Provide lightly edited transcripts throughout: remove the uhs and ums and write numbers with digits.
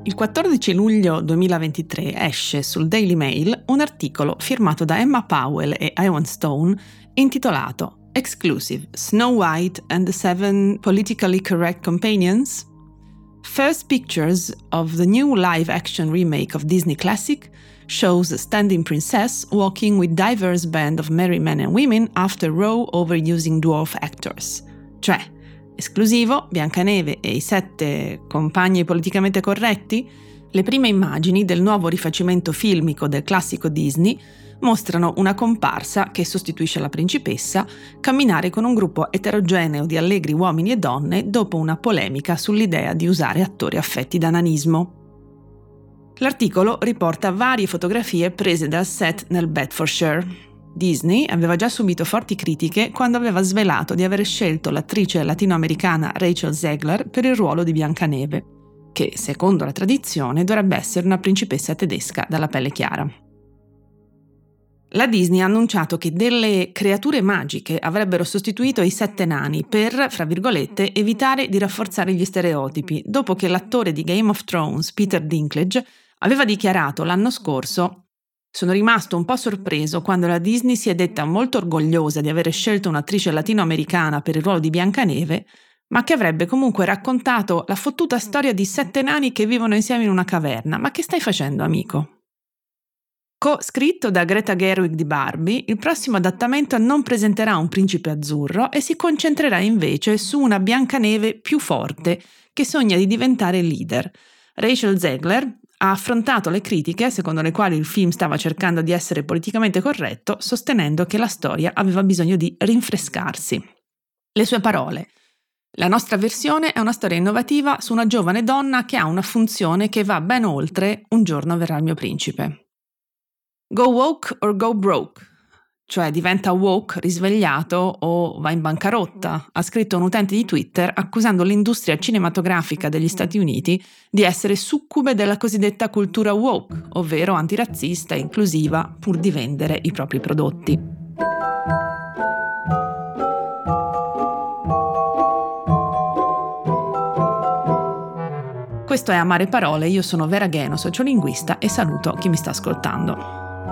Il 14 luglio 2023 esce sul Daily Mail un articolo firmato da Emma Powell e Iwan Stone intitolato Exclusive: Snow White and the Seven Politically Correct Companions? First pictures of the new live-action remake of Disney classic shows a standing princess walking with diverse band of merry men and women after row overusing dwarf actors. Cioè, esclusivo, Biancaneve e i 7 compagni politicamente corretti? Le prime immagini del nuovo rifacimento filmico del classico Disney mostrano una comparsa che sostituisce la principessa camminare con un gruppo eterogeneo di allegri uomini e donne dopo una polemica sull'idea di usare attori affetti da nanismo. L'articolo riporta varie fotografie prese dal set nel Bedfordshire. Disney aveva già subito forti critiche quando aveva svelato di aver scelto l'attrice latinoamericana Rachel Zegler per il ruolo di Biancaneve, che, secondo la tradizione, dovrebbe essere una principessa tedesca dalla pelle chiara. La Disney ha annunciato che delle creature magiche avrebbero sostituito i 7 nani per, fra virgolette, evitare di rafforzare gli stereotipi, dopo che l'attore di Game of Thrones, Peter Dinklage, aveva dichiarato l'anno scorso: "Sono rimasto un po' sorpreso quando la Disney si è detta molto orgogliosa di avere scelto un'attrice latinoamericana per il ruolo di Biancaneve, ma che avrebbe comunque raccontato la fottuta storia di 7 nani che vivono insieme in una caverna. Ma che stai facendo, amico?" Co-scritto da Greta Gerwig di Barbie, il prossimo adattamento non presenterà un principe azzurro e si concentrerà invece su una Biancaneve più forte che sogna di diventare leader. Rachel Zegler ha affrontato le critiche secondo le quali il film stava cercando di essere politicamente corretto, sostenendo che la storia aveva bisogno di rinfrescarsi. Le sue parole: "La nostra versione è una storia innovativa su una giovane donna che ha una funzione che va ben oltre un giorno verrà il mio principe. Go woke or go broke", cioè diventa woke risvegliato o va in bancarotta, ha scritto un utente di Twitter accusando l'industria cinematografica degli Stati Uniti di essere succube della cosiddetta cultura woke, ovvero antirazzista e inclusiva, pur di vendere i propri prodotti. Questo è Amare Parole, io sono Vera Gheno, sociolinguista, e saluto chi mi sta ascoltando.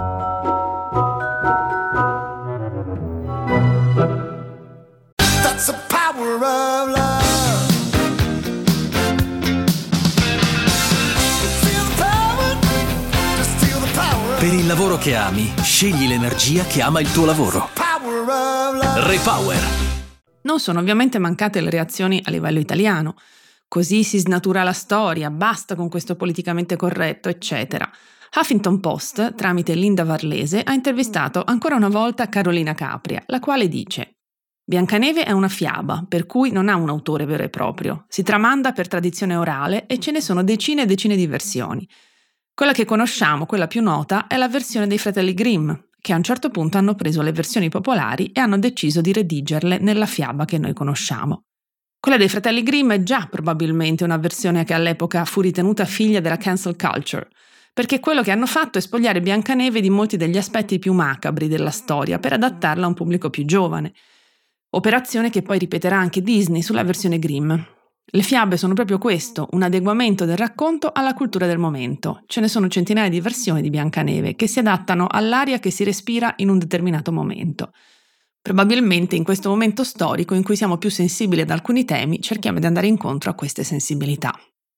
Per il lavoro che ami, scegli l'energia che ama il tuo lavoro. Repower. Non sono ovviamente mancate le reazioni a livello italiano. Così si snatura la storia, basta con questo politicamente corretto, eccetera. Huffington Post, tramite Linda Varlese, ha intervistato ancora una volta Carolina Capria, la quale dice: "Biancaneve è una fiaba, per cui non ha un autore vero e proprio. Si tramanda per tradizione orale e ce ne sono decine e decine di versioni. Quella che conosciamo, quella più nota, è la versione dei fratelli Grimm, che a un certo punto hanno preso le versioni popolari e hanno deciso di redigerle nella fiaba che noi conosciamo. Quella dei fratelli Grimm è già probabilmente una versione che all'epoca fu ritenuta figlia della cancel culture, perché quello che hanno fatto è spogliare Biancaneve di molti degli aspetti più macabri della storia per adattarla a un pubblico più giovane. Operazione che poi ripeterà anche Disney sulla versione Grimm. Le fiabe sono proprio questo, un adeguamento del racconto alla cultura del momento. Ce ne sono centinaia di versioni di Biancaneve che si adattano all'aria che si respira in un determinato momento. Probabilmente in questo momento storico in cui siamo più sensibili ad alcuni temi, cerchiamo di andare incontro a queste sensibilità."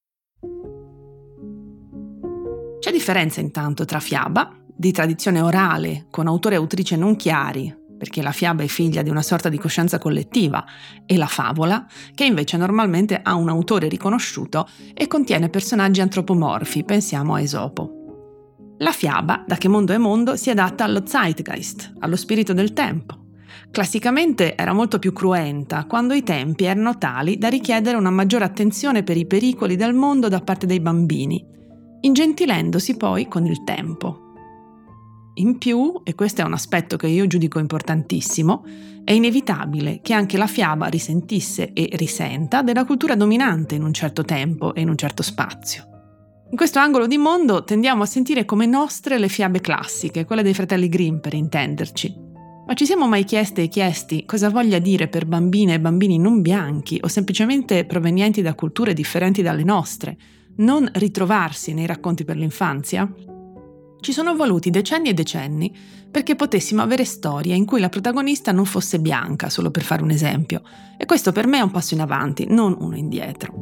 C'è differenza intanto tra fiaba, di tradizione orale, con autore e autrice non chiari, perché la fiaba è figlia di una sorta di coscienza collettiva, e la favola, che invece normalmente ha un autore riconosciuto e contiene personaggi antropomorfi, pensiamo a Esopo. La fiaba, da che mondo è mondo, si adatta allo Zeitgeist, allo spirito del tempo. Classicamente era molto più cruenta, quando i tempi erano tali da richiedere una maggiore attenzione per i pericoli del mondo da parte dei bambini, ingentilendosi poi con il tempo. In più, e questo è un aspetto che io giudico importantissimo, è inevitabile che anche la fiaba risentisse e risenta della cultura dominante in un certo tempo e in un certo spazio. In questo angolo di mondo tendiamo a sentire come nostre le fiabe classiche, quelle dei fratelli Grimm per intenderci. Ma ci siamo mai chieste e chiesti cosa voglia dire per bambine e bambini non bianchi o semplicemente provenienti da culture differenti dalle nostre non ritrovarsi nei racconti per l'infanzia? Ci sono voluti decenni e decenni perché potessimo avere storie in cui la protagonista non fosse bianca, solo per fare un esempio. E questo per me è un passo in avanti, non uno indietro.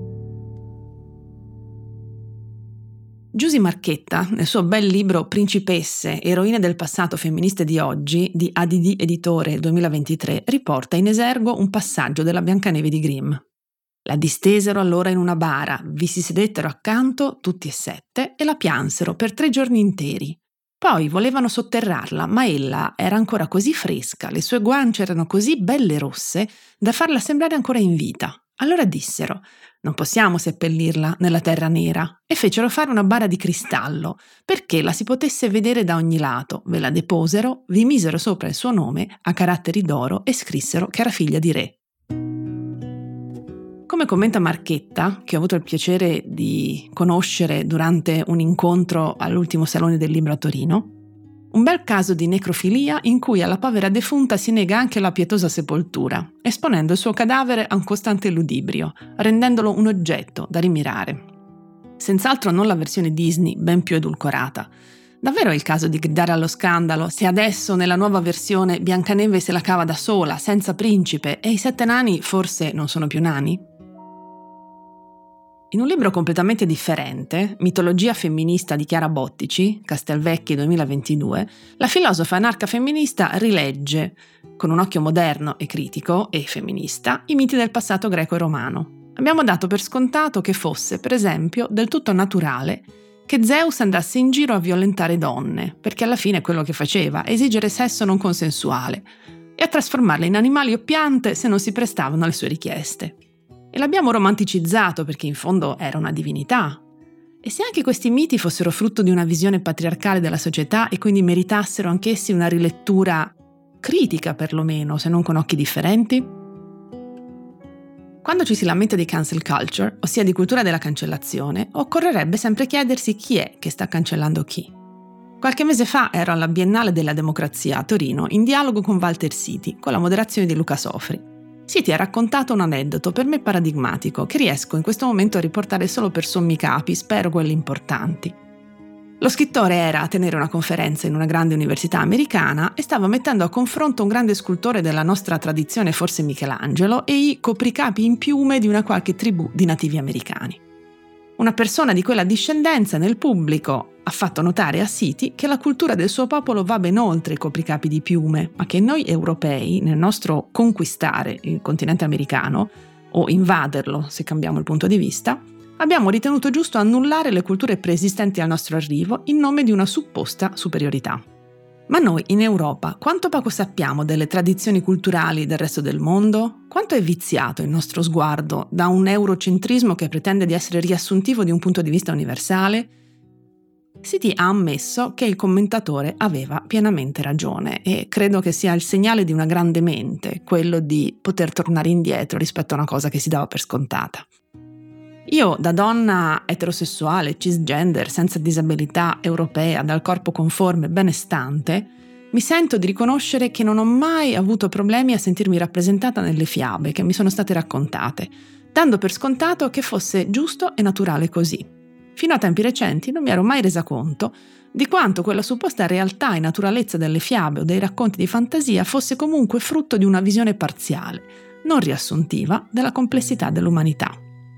Giusy Marchetta, nel suo bel libro Principesse, eroine del passato femministe di oggi, di ADD Editore 2023, riporta in esergo un passaggio della Biancaneve di Grimm. La distesero allora in una bara, vi si sedettero accanto, tutti e 7, e la piansero per 3 giorni interi. Poi volevano sotterrarla, ma ella era ancora così fresca, le sue guance erano così belle rosse, da farla sembrare ancora in vita. Allora dissero: non possiamo seppellirla nella terra nera, e fecero fare una bara di cristallo, perché la si potesse vedere da ogni lato. Ve la deposero, vi misero sopra il suo nome a caratteri d'oro e scrissero che era figlia di re. Come commenta Marchetta, che ho avuto il piacere di conoscere durante un incontro all'ultimo Salone del Libro a Torino, un bel caso di necrofilia in cui alla povera defunta si nega anche la pietosa sepoltura, esponendo il suo cadavere a un costante ludibrio, rendendolo un oggetto da rimirare. Senz'altro non la versione Disney, ben più edulcorata. Davvero è il caso di gridare allo scandalo se adesso nella nuova versione Biancaneve se la cava da sola, senza principe, e i 7 nani forse non sono più nani? In un libro completamente differente, Mitologia femminista di Chiara Bottici, Castelvecchi 2022, la filosofa anarca femminista rilegge, con un occhio moderno e critico e femminista, i miti del passato greco e romano. Abbiamo dato per scontato che fosse, per esempio, del tutto naturale che Zeus andasse in giro a violentare donne, perché alla fine è quello che faceva, esigere sesso non consensuale, e a trasformarle in animali o piante se non si prestavano alle sue richieste. E l'abbiamo romanticizzato perché in fondo era una divinità. E se anche questi miti fossero frutto di una visione patriarcale della società e quindi meritassero anch'essi una rilettura critica perlomeno, se non con occhi differenti? Quando ci si lamenta di cancel culture, ossia di cultura della cancellazione, occorrerebbe sempre chiedersi chi è che sta cancellando chi. Qualche mese fa ero alla Biennale della Democrazia a Torino in dialogo con Walter Siti, con la moderazione di Luca Sofri. Siti ha raccontato un aneddoto per me paradigmatico che riesco in questo momento a riportare solo per sommi capi, spero quelli importanti. Lo scrittore era a tenere una conferenza in una grande università americana e stava mettendo a confronto un grande scultore della nostra tradizione, forse Michelangelo, e i copricapi in piume di una qualche tribù di nativi americani. Una persona di quella discendenza nel pubblico ha fatto notare a Siti che la cultura del suo popolo va ben oltre i copricapi di piume, ma che noi europei, nel nostro conquistare il continente americano, o invaderlo se cambiamo il punto di vista, abbiamo ritenuto giusto annullare le culture preesistenti al nostro arrivo in nome di una supposta superiorità. Ma noi in Europa quanto poco sappiamo delle tradizioni culturali del resto del mondo? Quanto è viziato il nostro sguardo da un eurocentrismo che pretende di essere riassuntivo di un punto di vista universale? Siti ha ammesso che il commentatore aveva pienamente ragione e credo che sia il segnale di una grande mente, quello di poter tornare indietro rispetto a una cosa che si dava per scontata. Io, da donna eterosessuale, cisgender, senza disabilità, europea, dal corpo conforme, benestante, mi sento di riconoscere che non ho mai avuto problemi a sentirmi rappresentata nelle fiabe che mi sono state raccontate, dando per scontato che fosse giusto e naturale così. Fino a tempi recenti non mi ero mai resa conto di quanto quella supposta realtà e naturalezza delle fiabe o dei racconti di fantasia fosse comunque frutto di una visione parziale, non riassuntiva, della complessità dell'umanità.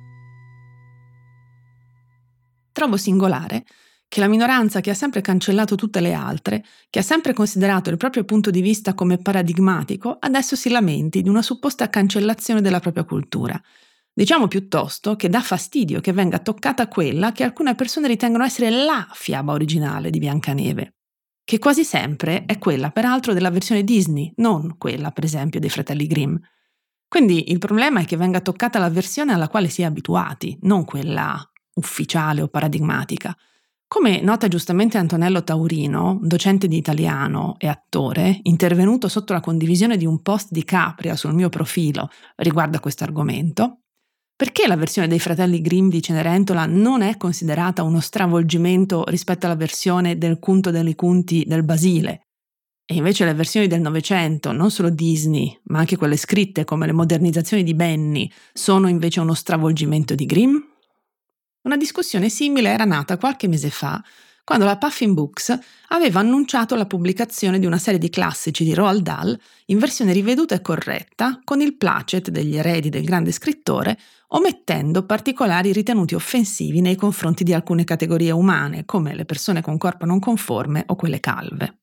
Trovo singolare che la minoranza che ha sempre cancellato tutte le altre, che ha sempre considerato il proprio punto di vista come paradigmatico, adesso si lamenti di una supposta cancellazione della propria cultura. Diciamo piuttosto che dà fastidio che venga toccata quella che alcune persone ritengono essere la fiaba originale di Biancaneve, che quasi sempre è quella, peraltro, della versione Disney, non quella, per esempio, dei fratelli Grimm. Quindi il problema è che venga toccata la versione alla quale si è abituati, non quella ufficiale o paradigmatica. Come nota giustamente Antonello Taurino, docente di italiano e attore, intervenuto sotto la condivisione di un post di Capria sul mio profilo riguardo a questo argomento, perché la versione dei fratelli Grimm di Cenerentola non è considerata uno stravolgimento rispetto alla versione del Cunto dei Cunti del Basile? E invece le versioni del Novecento, non solo Disney, ma anche quelle scritte come le modernizzazioni di Benny, sono invece uno stravolgimento di Grimm? Una discussione simile era nata qualche mese fa, quando la Puffin Books aveva annunciato la pubblicazione di una serie di classici di Roald Dahl in versione riveduta e corretta, con il placet degli eredi del grande scrittore, omettendo particolari ritenuti offensivi nei confronti di alcune categorie umane, come le persone con corpo non conforme o quelle calve.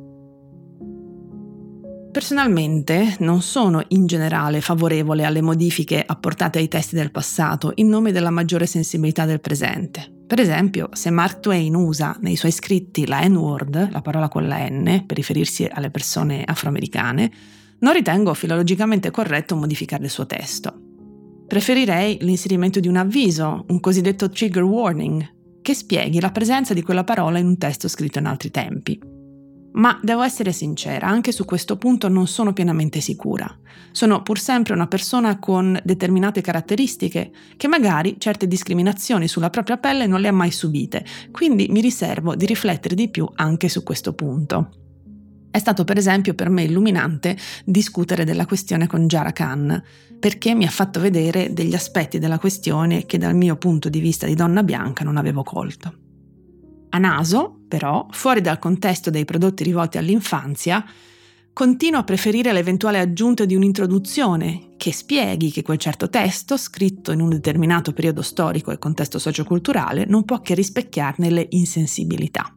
Personalmente non sono in generale favorevole alle modifiche apportate ai testi del passato in nome della maggiore sensibilità del presente. Per esempio, se Mark Twain usa nei suoi scritti la N-word, la parola con la N, per riferirsi alle persone afroamericane, non ritengo filologicamente corretto modificare il suo testo. Preferirei l'inserimento di un avviso, un cosiddetto trigger warning, che spieghi la presenza di quella parola in un testo scritto in altri tempi. Ma devo essere sincera, anche su questo punto non sono pienamente sicura. Sono pur sempre una persona con determinate caratteristiche che magari certe discriminazioni sulla propria pelle non le ha mai subite, quindi mi riservo di riflettere di più anche su questo punto. È stato per esempio per me illuminante discutere della questione con Jara Khan, perché mi ha fatto vedere degli aspetti della questione che dal mio punto di vista di donna bianca non avevo colto. A naso, però, fuori dal contesto dei prodotti rivolti all'infanzia, continuo a preferire l'eventuale aggiunta di un'introduzione che spieghi che quel certo testo, scritto in un determinato periodo storico e contesto socioculturale, non può che rispecchiarne le insensibilità.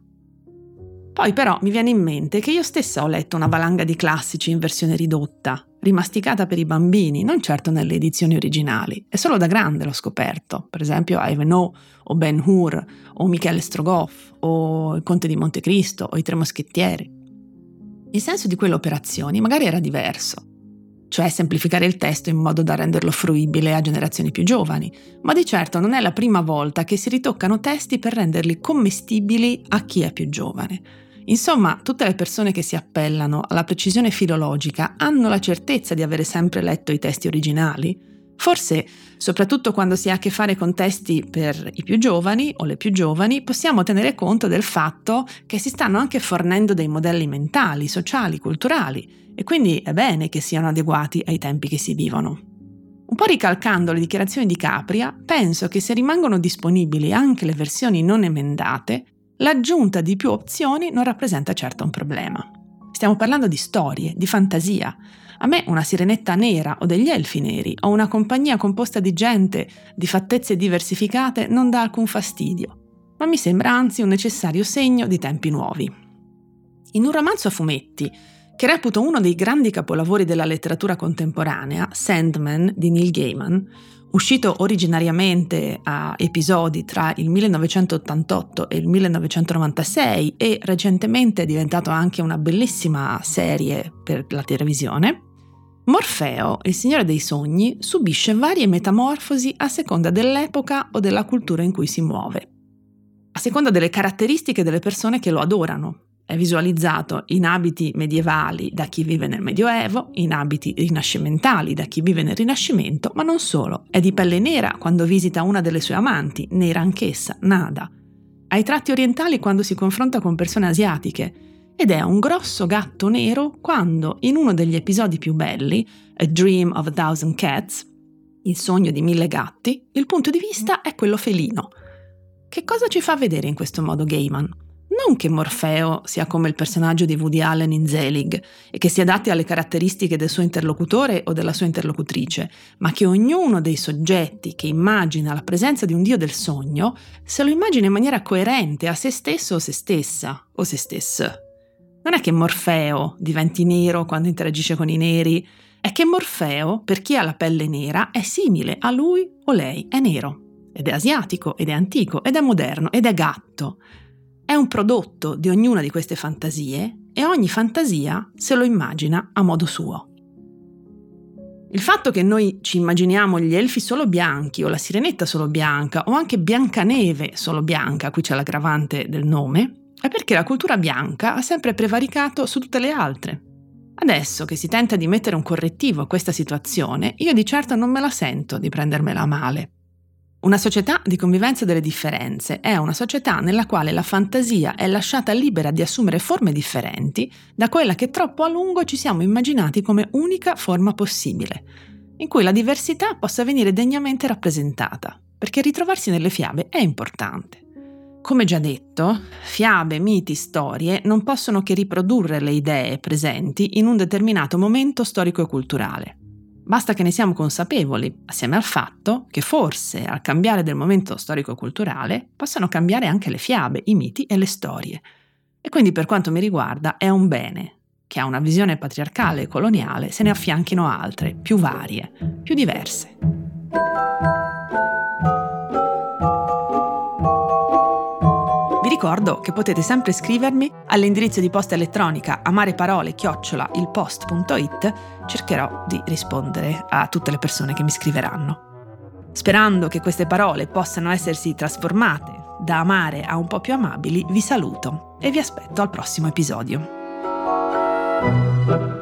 Poi però mi viene in mente che io stessa ho letto una valanga di classici in versione ridotta, rimasticata per i bambini, non certo nelle edizioni originali, e solo da grande l'ho scoperto, per esempio Ivanhoe o Ben Hur o Michele Strogoff o Il Conte di Montecristo o I Tre Moschettieri. Il senso di quelle operazioni magari era diverso, cioè semplificare il testo in modo da renderlo fruibile a generazioni più giovani, ma di certo non è la prima volta che si ritoccano testi per renderli commestibili a chi è più giovane. Insomma, tutte le persone che si appellano alla precisione filologica hanno la certezza di avere sempre letto i testi originali? Forse, soprattutto quando si ha a che fare con testi per i più giovani o le più giovani, possiamo tenere conto del fatto che si stanno anche fornendo dei modelli mentali, sociali, culturali, e quindi è bene che siano adeguati ai tempi che si vivono. Un po' ricalcando le dichiarazioni di Capria, penso che se rimangono disponibili anche le versioni non emendate, l'aggiunta di più opzioni non rappresenta certo un problema. Stiamo parlando di storie, di fantasia. A me una sirenetta nera o degli elfi neri o una compagnia composta di gente di fattezze diversificate non dà alcun fastidio, ma mi sembra anzi un necessario segno di tempi nuovi. In un romanzo a fumetti, che reputo uno dei grandi capolavori della letteratura contemporanea, Sandman di Neil Gaiman, uscito originariamente a episodi tra il 1988 e il 1996 e recentemente è diventato anche una bellissima serie per la televisione, Morfeo, il Signore dei Sogni, subisce varie metamorfosi a seconda dell'epoca o della cultura in cui si muove, a seconda delle caratteristiche delle persone che lo adorano. È visualizzato in abiti medievali da chi vive nel Medioevo, in abiti rinascimentali da chi vive nel Rinascimento, ma non solo. È di pelle nera quando visita una delle sue amanti, nera anch'essa, Nada. Ha i tratti orientali quando si confronta con persone asiatiche ed è un grosso gatto nero quando, in uno degli episodi più belli, A Dream of a Thousand Cats, il sogno di 1000 gatti, il punto di vista è quello felino. Che cosa ci fa vedere in questo modo Gaiman? Non che Morfeo sia come il personaggio di Woody Allen in Zelig e che si adatti alle caratteristiche del suo interlocutore o della sua interlocutrice, ma che ognuno dei soggetti che immagina la presenza di un dio del sogno se lo immagina in maniera coerente a se stesso o se stessa o se stessa. Non è che Morfeo diventi nero quando interagisce con i neri, è che Morfeo, per chi ha la pelle nera, è simile a lui o lei, è nero, ed è asiatico, ed è antico, ed è moderno, ed è gatto. È un prodotto di ognuna di queste fantasie e ogni fantasia se lo immagina a modo suo. Il fatto che noi ci immaginiamo gli elfi solo bianchi o la sirenetta solo bianca o anche Biancaneve solo bianca, qui c'è l'aggravante del nome, è perché la cultura bianca ha sempre prevaricato su tutte le altre. Adesso che si tenta di mettere un correttivo a questa situazione, io di certo non me la sento di prendermela a male. Una società di convivenza delle differenze è una società nella quale la fantasia è lasciata libera di assumere forme differenti da quella che troppo a lungo ci siamo immaginati come unica forma possibile, in cui la diversità possa venire degnamente rappresentata. perché ritrovarsi nelle fiabe è importante. Come già detto, fiabe, miti, storie non possono che riprodurre le idee presenti in un determinato momento storico e culturale. Basta che ne siamo consapevoli, assieme al fatto che forse al cambiare del momento storico-culturale possano cambiare anche le fiabe, i miti e le storie. E quindi per quanto mi riguarda è un bene che a una visione patriarcale e coloniale se ne affianchino altre, più varie, più diverse. Vi ricordo che potete sempre scrivermi all'indirizzo di posta elettronica amareparole@ilpost.it. Cercherò di rispondere a tutte le persone che mi scriveranno. Sperando che queste parole possano essersi trasformate da amare a un po' più amabili, vi saluto e vi aspetto al prossimo episodio.